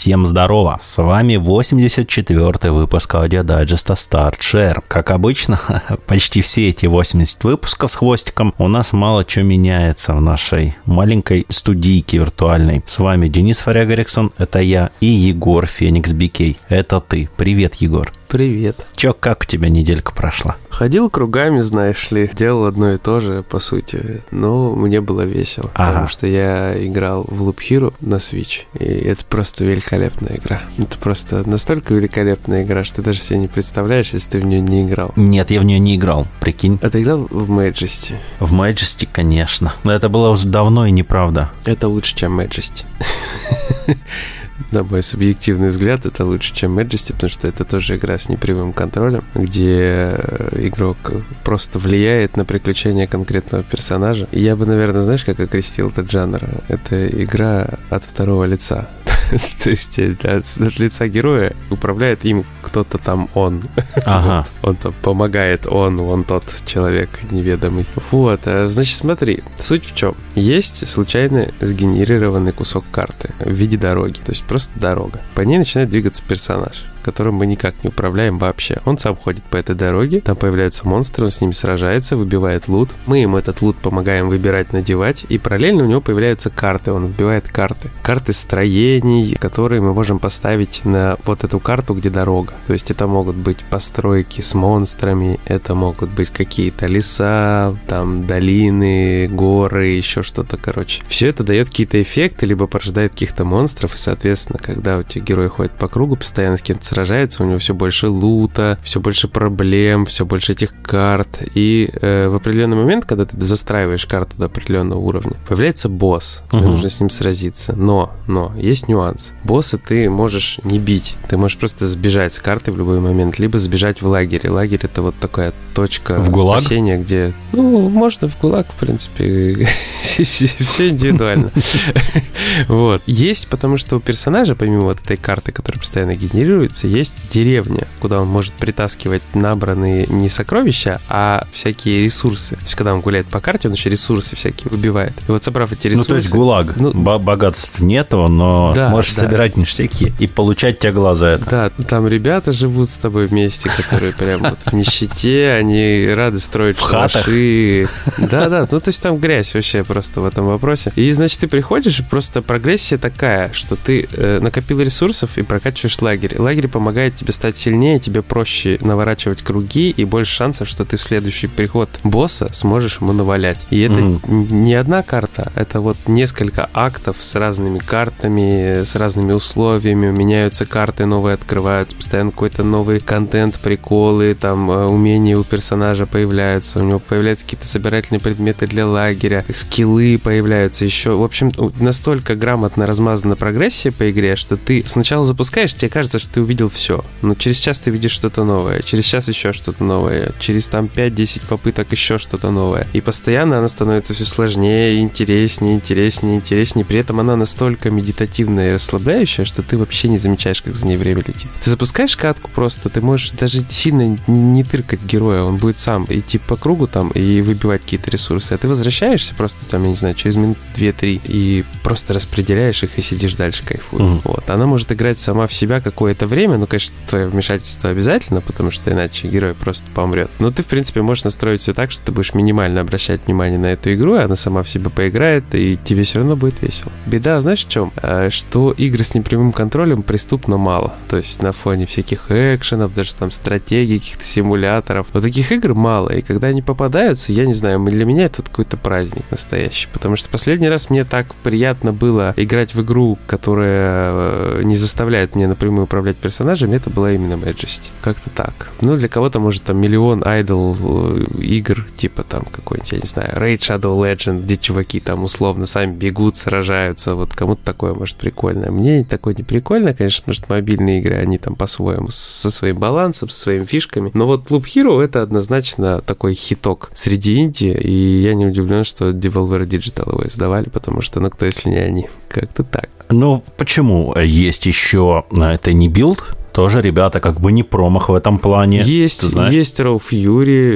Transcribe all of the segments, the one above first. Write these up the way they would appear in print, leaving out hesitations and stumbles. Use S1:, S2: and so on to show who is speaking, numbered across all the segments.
S1: Всем здорово! С вами 84-й выпуск аудиодайджеста StartShare. Как обычно, почти все эти 80 выпусков с хвостиком у нас мало чего меняется в нашей маленькой студийке виртуальной. С вами Денис Фаряг-Эриксон, это я, и Егор Феникс BK, это ты. Привет, Егор.
S2: Привет.
S1: Чё, как у тебя неделька прошла?
S2: Ходил кругами, знаешь ли, делал одно и то же, по сути, но мне было весело, потому что я играл в Loop Hero на Switch, и это просто великолепная игра. Это просто настолько великолепная игра, что ты даже себе не представляешь, если ты в нее не играл.
S1: Нет, я в нее не играл, прикинь.
S2: А ты играл в Majesty?
S1: В Majesty, конечно, но это было уже давно и неправда.
S2: Это лучше, чем Majesty. На мой субъективный взгляд, это лучше, чем Majesty, потому что это тоже игра с непрямым контролем, где игрок просто влияет на приключения конкретного персонажа. И я бы, наверное, знаешь, как окрестил этот жанр? Это игра от второго лица. То есть от лица героя управляет им кто-то там он.
S1: Ага.
S2: Он там помогает, он тот человек неведомый. Вот, значит, смотри, суть в чем? Есть случайно сгенерированный кусок карты в виде дороги, то есть просто дорога. По ней начинает двигаться персонаж, которым мы никак не управляем вообще. Он сам ходит по этой дороге, там появляются монстры, он с ними сражается, выбивает лут. Мы ему этот лут помогаем выбирать, надевать, и параллельно у него появляются карты, он вбивает карты. Карты строений, которые мы можем поставить на вот эту карту, где дорога. То есть это могут быть постройки с монстрами, это могут быть какие-то леса, там долины, горы, еще что-то, короче. Все это дает какие-то эффекты, либо порождает каких-то монстров, и, соответственно, когда у тебя герой ходит по кругу, постоянно с кем-то сражается, у него все больше лута, все больше проблем, все больше этих карт. И в определенный момент, когда ты застраиваешь карту до определенного уровня, появляется босс. Тебе нужно с ним сразиться. Но есть нюанс. Босса ты можешь не бить. Ты можешь просто сбежать с карты в любой момент, либо сбежать в лагерь. Лагерь — это вот такая точка
S1: в
S2: спасения, где... Ну, можно в ГУЛАГ, в принципе. Все индивидуально. Вот. Есть, потому что у персонажа, помимо вот этой карты, которая постоянно генерируется, есть деревня, куда он может притаскивать набранные не сокровища, а всякие ресурсы. То есть, когда он гуляет по карте, он еще ресурсы всякие выбивает. И вот, собрав эти ресурсы...
S1: Ну, то есть ГУЛАГ. Богатств нету, но можешь собирать ништяки и получать тягло за это.
S2: Да, там ребята живут с тобой вместе, которые прям вот в нищете, они рады строить шалаши. Да, ну, то есть там грязь вообще просто в этом вопросе. И, значит, ты приходишь, и просто прогрессия такая, что ты накопил ресурсов и прокачиваешь лагерь. Лагерь помогает тебе стать сильнее, тебе проще наворачивать круги и больше шансов, что ты в следующий приход босса сможешь ему навалять. И это не одна карта, это вот несколько актов с разными картами, с разными условиями, меняются карты, новые открываются, постоянно какой-то новый контент, приколы, там умения у персонажа появляются, у него появляются какие-то собирательные предметы для лагеря, скиллы появляются еще. В общем, настолько грамотно размазана прогрессия по игре, что ты сначала запускаешь, тебе кажется, что ты увидел все. Но через час ты видишь что-то новое, через час еще что-то новое, через там 5-10 попыток еще что-то новое. И постоянно она становится все сложнее, интереснее. При этом она настолько медитативная и расслабляющая, что ты вообще не замечаешь, как за ней время летит. Ты запускаешь катку просто, ты можешь даже сильно не тыркать героя, он будет сам идти по кругу там и выбивать какие-то ресурсы. А ты возвращаешься просто там, я не знаю, через минут 2-3 и просто распределяешь их и сидишь дальше, кайфуешь. Вот. Она может играть сама в себя какое-то время, ну, конечно, твое вмешательство обязательно, потому что иначе герой просто помрет. Но ты, в принципе, можешь настроить все так, что ты будешь минимально обращать внимание на эту игру, и она сама в себя поиграет, и тебе все равно будет весело. Беда, знаешь, в чем? Что игры с непрямым контролем преступно мало. То есть на фоне всяких экшенов, даже там стратегий, каких-то симуляторов. Вот таких игр мало, и когда они попадаются, я не знаю, для меня это какой-то праздник настоящий, потому что последний раз мне так приятно было играть в игру, которая не заставляет меня напрямую управлять персонажами, это была именно Majesty. Как-то так. Ну, для кого-то, может, там миллион айдол игр, типа там какой-нибудь, я не знаю, Raid Shadow Legend, где чуваки там условно сами бегут, сражаются, вот кому-то такое, может, прикольно. Мне такое не прикольно, конечно, потому что мобильные игры, они там по-своему, со своим балансом, со своими фишками. Но вот Loop Hero — это однозначно такой хиток среди инди, и я не удивлен, что Devolver Digital его издавали, потому что, ну, кто, если не они? Как-то так.
S1: Ну, почему? Есть еще, это не билд, тоже ребята как бы не промах в этом плане.
S2: Есть Raw Fury.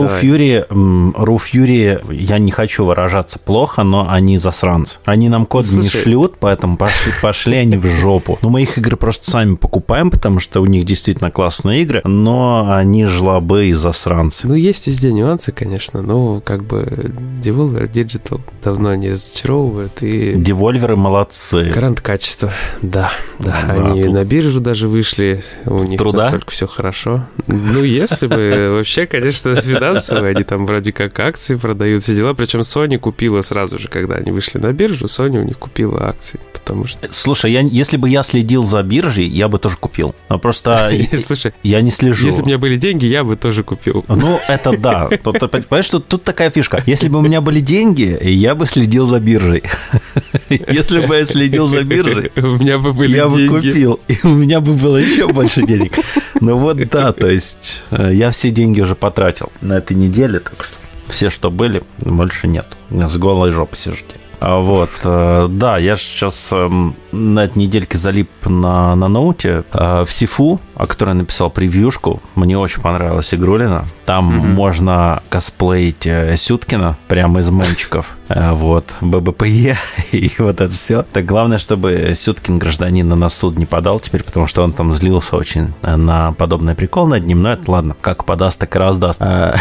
S1: Raw Fury, я не хочу выражаться плохо, но они засранцы. Они нам код не шлют, поэтому пошли они в жопу. Но мы их игры просто сами покупаем, потому что у них действительно классные игры, но они жлобы и засранцы.
S2: Ну, есть везде нюансы, конечно, но как бы Devolver Digital давно не разочаровывает. И
S1: Devolver молодцы.
S2: Гарант качества, да. Они на биржу даже вышли, у них настолько все хорошо. Ну, если бы вообще, конечно, финансово, они там вроде как акции продают, все дела. Причем Sony купила сразу же, когда они вышли на биржу, Sony у них купила акции, потому что...
S1: Слушай, если бы я следил за биржей, я бы тоже купил. Но просто
S2: слушай,
S1: я не слежу.
S2: Если бы у меня были деньги, я бы тоже купил.
S1: Ну, это да. Понимаешь, что тут такая фишка. Если бы у меня были деньги, я бы следил за биржей. Если бы я следил за биржей,
S2: у меня бы были
S1: я
S2: деньги.
S1: бы купил, и у меня бы было еще больше денег. Ну вот да, то есть я все деньги уже потратил на этой неделе, так что все, что были, больше нет. С голой жопой сижите. Вот, да, я сейчас на этой недельке залип на ноуте в Сифу, о которой я написал превьюшку. Мне очень понравилась игрулина. Там можно косплеить Сюткина прямо из мемчиков. Вот, ББПЕ и вот это все. Так главное, чтобы Сюткин гражданина на суд не подал теперь, потому что он там злился очень на подобный прикол над ним. Но это ладно, как подаст, так и раздаст.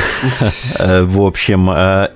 S1: В общем,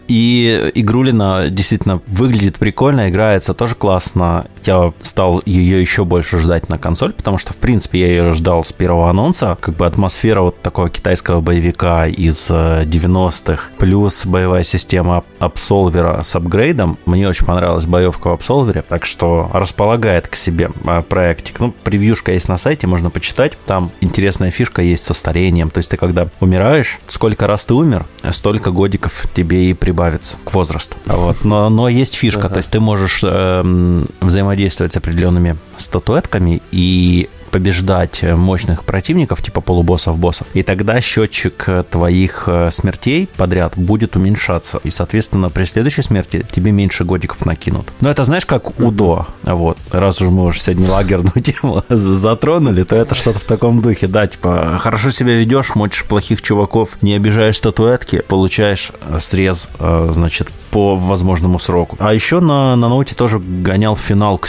S1: и игрулина действительно выглядит прикольно, играется тоже классно. Я стал ее еще больше ждать на консоль, потому что, в принципе, я ее ждал с первого анонса. Как бы атмосфера вот такого китайского боевика из 90-х, плюс боевая система Absolver с апгрейдом. Мне очень понравилась боевка в Absolver, так что располагает к себе проектик. Ну, превьюшка есть на сайте, можно почитать. Там интересная фишка есть со старением. То есть ты когда умираешь, сколько раз ты умер, столько годиков тебе и прибавится к возрасту. Вот. Но есть фишка. То есть ты можешь взаимодействовать с определенными статуэтками и побеждать мощных противников, типа полубоссов, боссов. И тогда счетчик твоих смертей подряд будет уменьшаться. И, соответственно, при следующей смерти тебе меньше годиков накинут. Но это, знаешь, как УДО. Вот. Раз уж мы уже сегодня лагерную тему затронули, то это что-то в таком духе. Да, типа, хорошо себя ведешь, мочишь плохих чуваков, не обижаешь статуэтки, получаешь срез, значит, по возможному сроку. А еще на ноуте тоже гонял финалку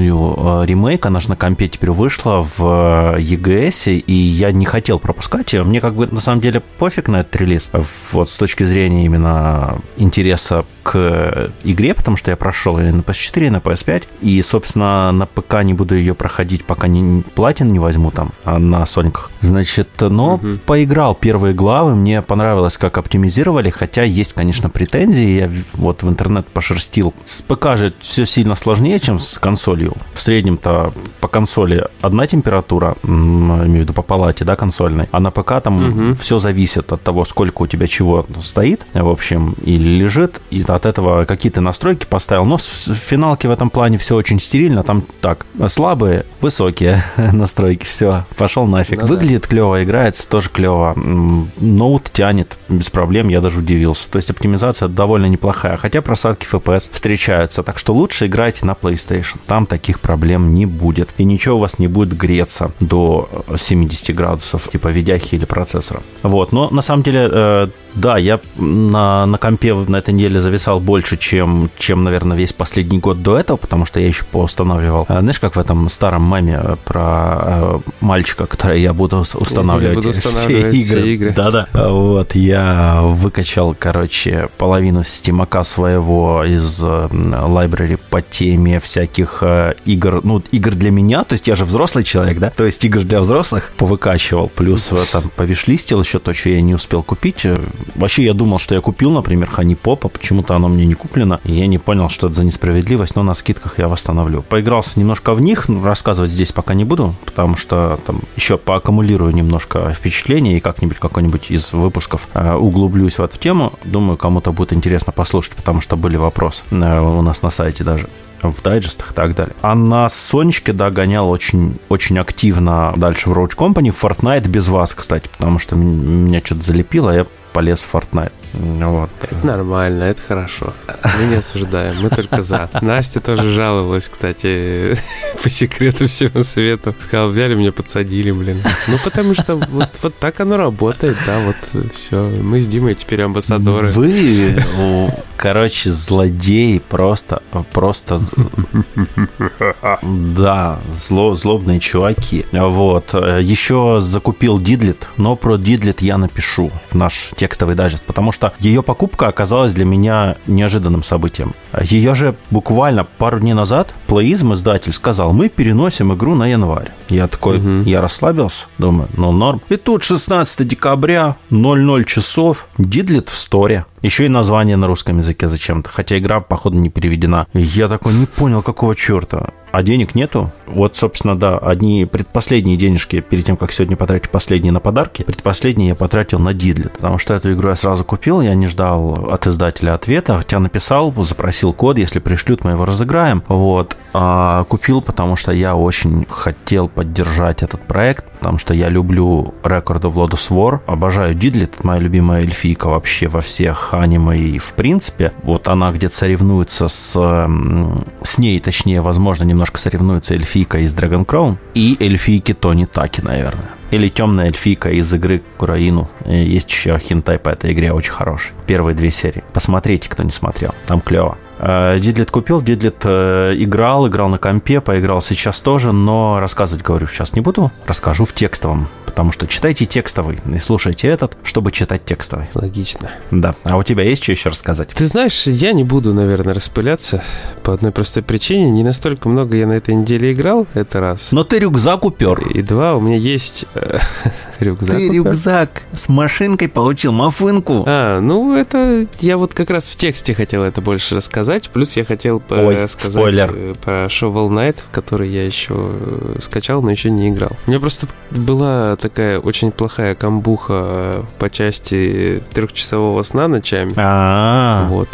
S1: 7-ю ремейк. Она же на компе теперь вышла в EGS, и я не хотел пропускать ее. Мне как бы на самом деле пофиг на этот релиз. Вот с точки зрения именно интереса к игре, потому что я прошел ее на PS4, и на PS5. И, собственно, на ПК не буду ее проходить, пока платин не возьму там на Соньках. Значит, но поиграл первые главы. Мне понравилось, как оптимизировали, хотя есть, конечно, претензии. Я вот в интернет пошерстил. С ПК же все сильно сложнее, чем с консолью. В среднем-то по консоли одна температура, имею в виду по палате, да, консольной, а на ПК там все зависит от того, сколько у тебя чего стоит, в общем, или лежит, и от этого какие ты настройки поставил. Но в финалке в этом плане все очень стерильно, там так, слабые, высокие настройки, все, пошел нафиг. Ну, выглядит клево, играется тоже клево. Ноут тянет без проблем, я даже удивился. То есть оптимизация довольно неплохая. Хотя просадки FPS встречаются. Так что лучше играйте на PlayStation. Там таких проблем не будет. И ничего у вас не будет греться до 70 градусов, типа видяхи или процессора. Вот. Но на самом деле, да, я на компе на этой неделе зависал больше, чем, наверное, весь последний год до этого, потому что я еще поустанавливал. Знаешь, как в этом старом меме про мальчика, который я буду устанавливать все игры. Да-да. Вот. Я выкачал, короче, половину стимака своего из library по теме всяких игр, ну, игр для меня, то есть я же взрослый человек, да, то есть игр для взрослых повыкачивал, плюс там повишлистил еще то, что я не успел купить. Вообще я думал, что я купил, например, Honey Pop, а почему-то оно мне не куплено, и я не понял, что это за несправедливость, но на скидках я восстановлю. Поигрался немножко в них, рассказывать здесь пока не буду, потому что там еще поаккумулирую немножко впечатлений и как-нибудь какой-нибудь из выпусков углублюсь в эту тему. Думаю, кому-то будет интересно послушать, потому что были вопросы у нас на сайте даже, в дайджестах и так далее. А на Сонечке, да, гонял очень, очень активно дальше в Roach Company, в Fortnite без вас, кстати, потому что меня что-то залепило, я полез в Fortnite. Вот.
S2: Это нормально, это хорошо. Мы не осуждаем, мы только за. Настя тоже жаловалась, кстати, по секрету всему свету. Сказала, взяли меня, подсадили, блин. Ну, потому что вот так оно работает, да, вот все. Мы с Димой теперь амбассадоры.
S1: Вы, короче, злодеи, просто, да, злобные чуваки. Вот. Еще закупил Дидлит, но про Дидлит я напишу в наш текстовый дайджест, потому что ее покупка оказалась для меня неожиданным событием. Ее же буквально пару дней назад Playism, издатель, сказал, мы переносим игру на январь. Я такой, я расслабился, думаю, ну норм. И тут 16 декабря, 00 часов, Дидлит в сторе. Еще и название на русском языке зачем-то, хотя игра, походу, не переведена. Я такой не понял, какого черта. А денег нету. Вот, собственно, да, одни предпоследние денежки, перед тем, как сегодня потратить последние на подарки, предпоследние я потратил на Дидлит, потому что эту игру я сразу купил, я не ждал от издателя ответа, хотя написал, запросил код, если пришлют, мы его разыграем. Вот. А купил, потому что я очень хотел поддержать этот проект, потому что я люблю Record of Lodoss War, обожаю Дидлит, это моя любимая эльфийка вообще во всех аниме и в принципе. Вот она где-то соревнуется с ней, точнее, возможно, немножко соревнуется эльфийка из Dragon Crown и эльфийки Тони Таки, наверное. Или темная эльфийка из игры Кураину. Есть еще хентай по этой игре очень хороший. Первые 2 серии. Посмотрите, кто не смотрел. Там клево. Дидлит купил, Дидлит играл на компе, поиграл сейчас тоже, но рассказывать, говорю, сейчас не буду. Расскажу в текстовом, потому что читайте текстовый и слушайте этот, чтобы читать текстовый.
S2: Логично.
S1: Да. А у тебя есть что еще рассказать?
S2: Ты знаешь, я не буду, наверное, распыляться по одной простой причине. Не настолько много я на этой неделе играл, это раз.
S1: Но ты рюкзак упер.
S2: И 2, у меня есть рюкзак.
S1: Ты рюкзак с машинкой получил, мафынку.
S2: Ну это я вот как раз в тексте хотел это больше рассказать. Плюс я хотел рассказать про Shovel Knight, который я еще скачал, но еще не играл. У меня просто была такая очень плохая камбуха по части 3-часового сна ночами. Вот,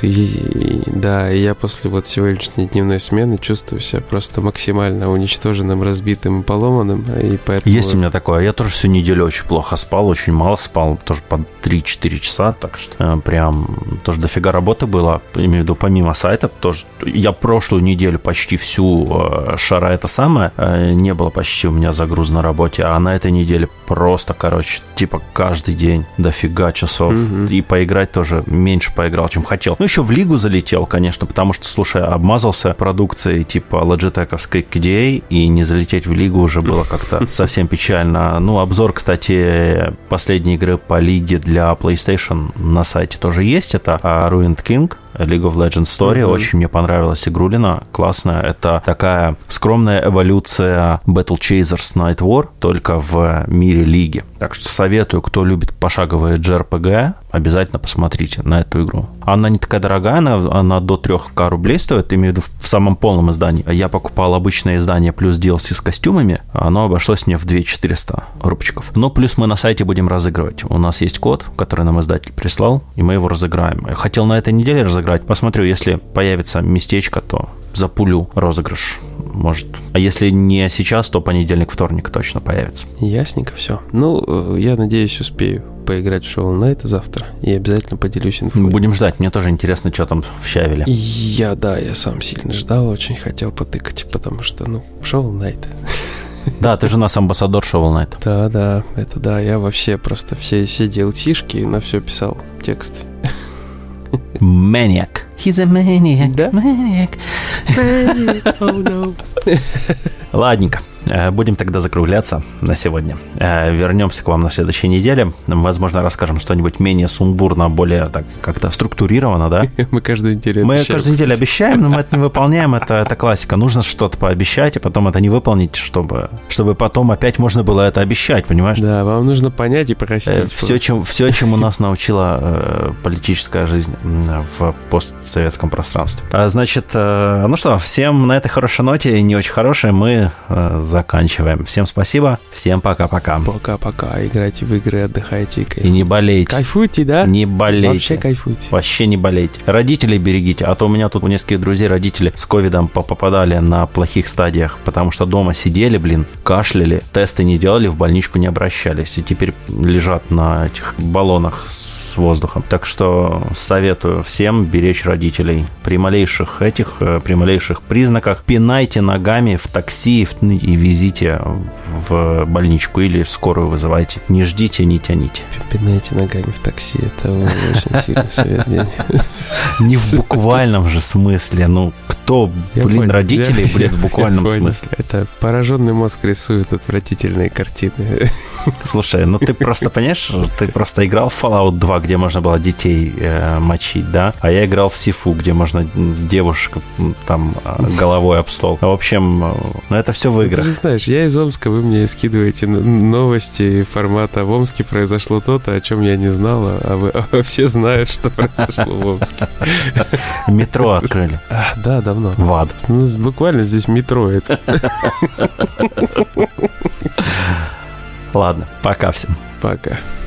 S2: и я после вот сегодняшней дневной смены чувствую себя просто максимально уничтоженным, разбитым и поломанным. И поэтому...
S1: Есть у меня такое. Я тоже всю неделю очень плохо спал, очень мало спал, тоже по 3-4 часа, так что прям тоже дофига работы было, имею в виду помимо сайта, тоже я прошлую неделю почти всю шара это самое, не было почти у меня загруз на работе, а на этой неделе просто, короче, типа каждый день дофига часов, и поиграть тоже меньше поиграл, чем хотел. Ну, еще в лигу залетел, конечно, потому что, слушай, обмазался продукцией типа Logitech-овской KDA, и не залететь в лигу уже было как-то совсем печально. Ну, обзор, кстати, последней игры по лиге для PlayStation на сайте тоже есть, это Ruined King, League of Legends Story. Очень мне понравилась игрулина, классная. Это такая скромная эволюция Battle Chasers Night War, только в мире лиги. Так что советую, кто любит пошаговые JRPG, обязательно посмотрите на эту игру. Она не такая дорогая, она до 3К рублей стоит, имею в виду в самом полном издании. Я покупал обычное издание плюс DLC с костюмами, оно обошлось мне в 2400 рубчиков. Но плюс мы на сайте будем разыгрывать. У нас есть код, который нам издатель прислал, и мы его разыграем. Я хотел на этой неделе разыграть. Посмотрю, если появится местечко, то запулю розыгрыш. Может. А если не сейчас, то понедельник, вторник точно появится.
S2: Ясненько все. Ну, я надеюсь, успею поиграть в Shovel Knight завтра и обязательно поделюсь инфой.
S1: Будем ждать. Мне тоже интересно, что там в щавеле.
S2: Я сам сильно ждал, очень хотел потыкать, потому что, Shovel Knight.
S1: Да, ты же у нас амбассадор Shovel Knight.
S2: Да, это да. Я вообще просто все DLC-шки на все писал текст.
S1: Maniac. He's a maniac.
S2: Да?
S1: Maniac.
S2: Oh no.
S1: Ладненько. Будем тогда закругляться на сегодня. Вернемся к вам на следующей неделе. Возможно, расскажем что-нибудь менее сумбурно, более так как-то структурировано, да?
S2: Мы каждую неделю обещаем.
S1: Мы каждую неделю обещаем, но мы это не выполняем. Это классика. Нужно что-то пообещать, и потом это не выполнить, чтобы потом опять можно было это обещать, понимаешь?
S2: Да, вам нужно понять и простить.
S1: Все, чему нас научила политическая жизнь в постсоветском пространстве. Значит, ну что, всем на этой хорошей ноте, не очень хорошей, мы за заканчиваем. Всем спасибо, всем пока-пока.
S2: Пока-пока, играйте в игры, отдыхайте.
S1: И не болейте.
S2: Кайфуйте, да?
S1: Не болейте.
S2: Вообще кайфуйте.
S1: Вообще не болейте. Родителей берегите, а то у меня тут у нескольких друзей родители с ковидом попадали на плохих стадиях, потому что дома сидели, кашляли, тесты не делали, в больничку не обращались, и теперь лежат на этих баллонах с воздухом. Так что советую всем беречь родителей. При малейших признаках пинайте ногами в такси и везите в больничку или скорую вызывайте. Не ждите, не тяните.
S2: Пинайте ногами в такси, это очень сильный совет.
S1: Не в буквальном же смысле. Кто, родителей, в буквальном смысле?
S2: Это пораженный мозг рисует отвратительные картины.
S1: Слушай, ты просто, понимаешь, ты просто играл в Fallout 2, где можно было детей мочить, да? А я играл в Сифу, где можно девушек там головой об стол. В общем, это все в играх.
S2: Ты же знаешь, я из Омска, вы мне скидываете новости формата «В Омске произошло то-то, о чем я не знала», а все знают, что произошло в Омске.
S1: Метро открыли.
S2: Да, давно.
S1: В ад.
S2: Буквально здесь метро это.
S1: Ладно, пока всем.
S2: Пока.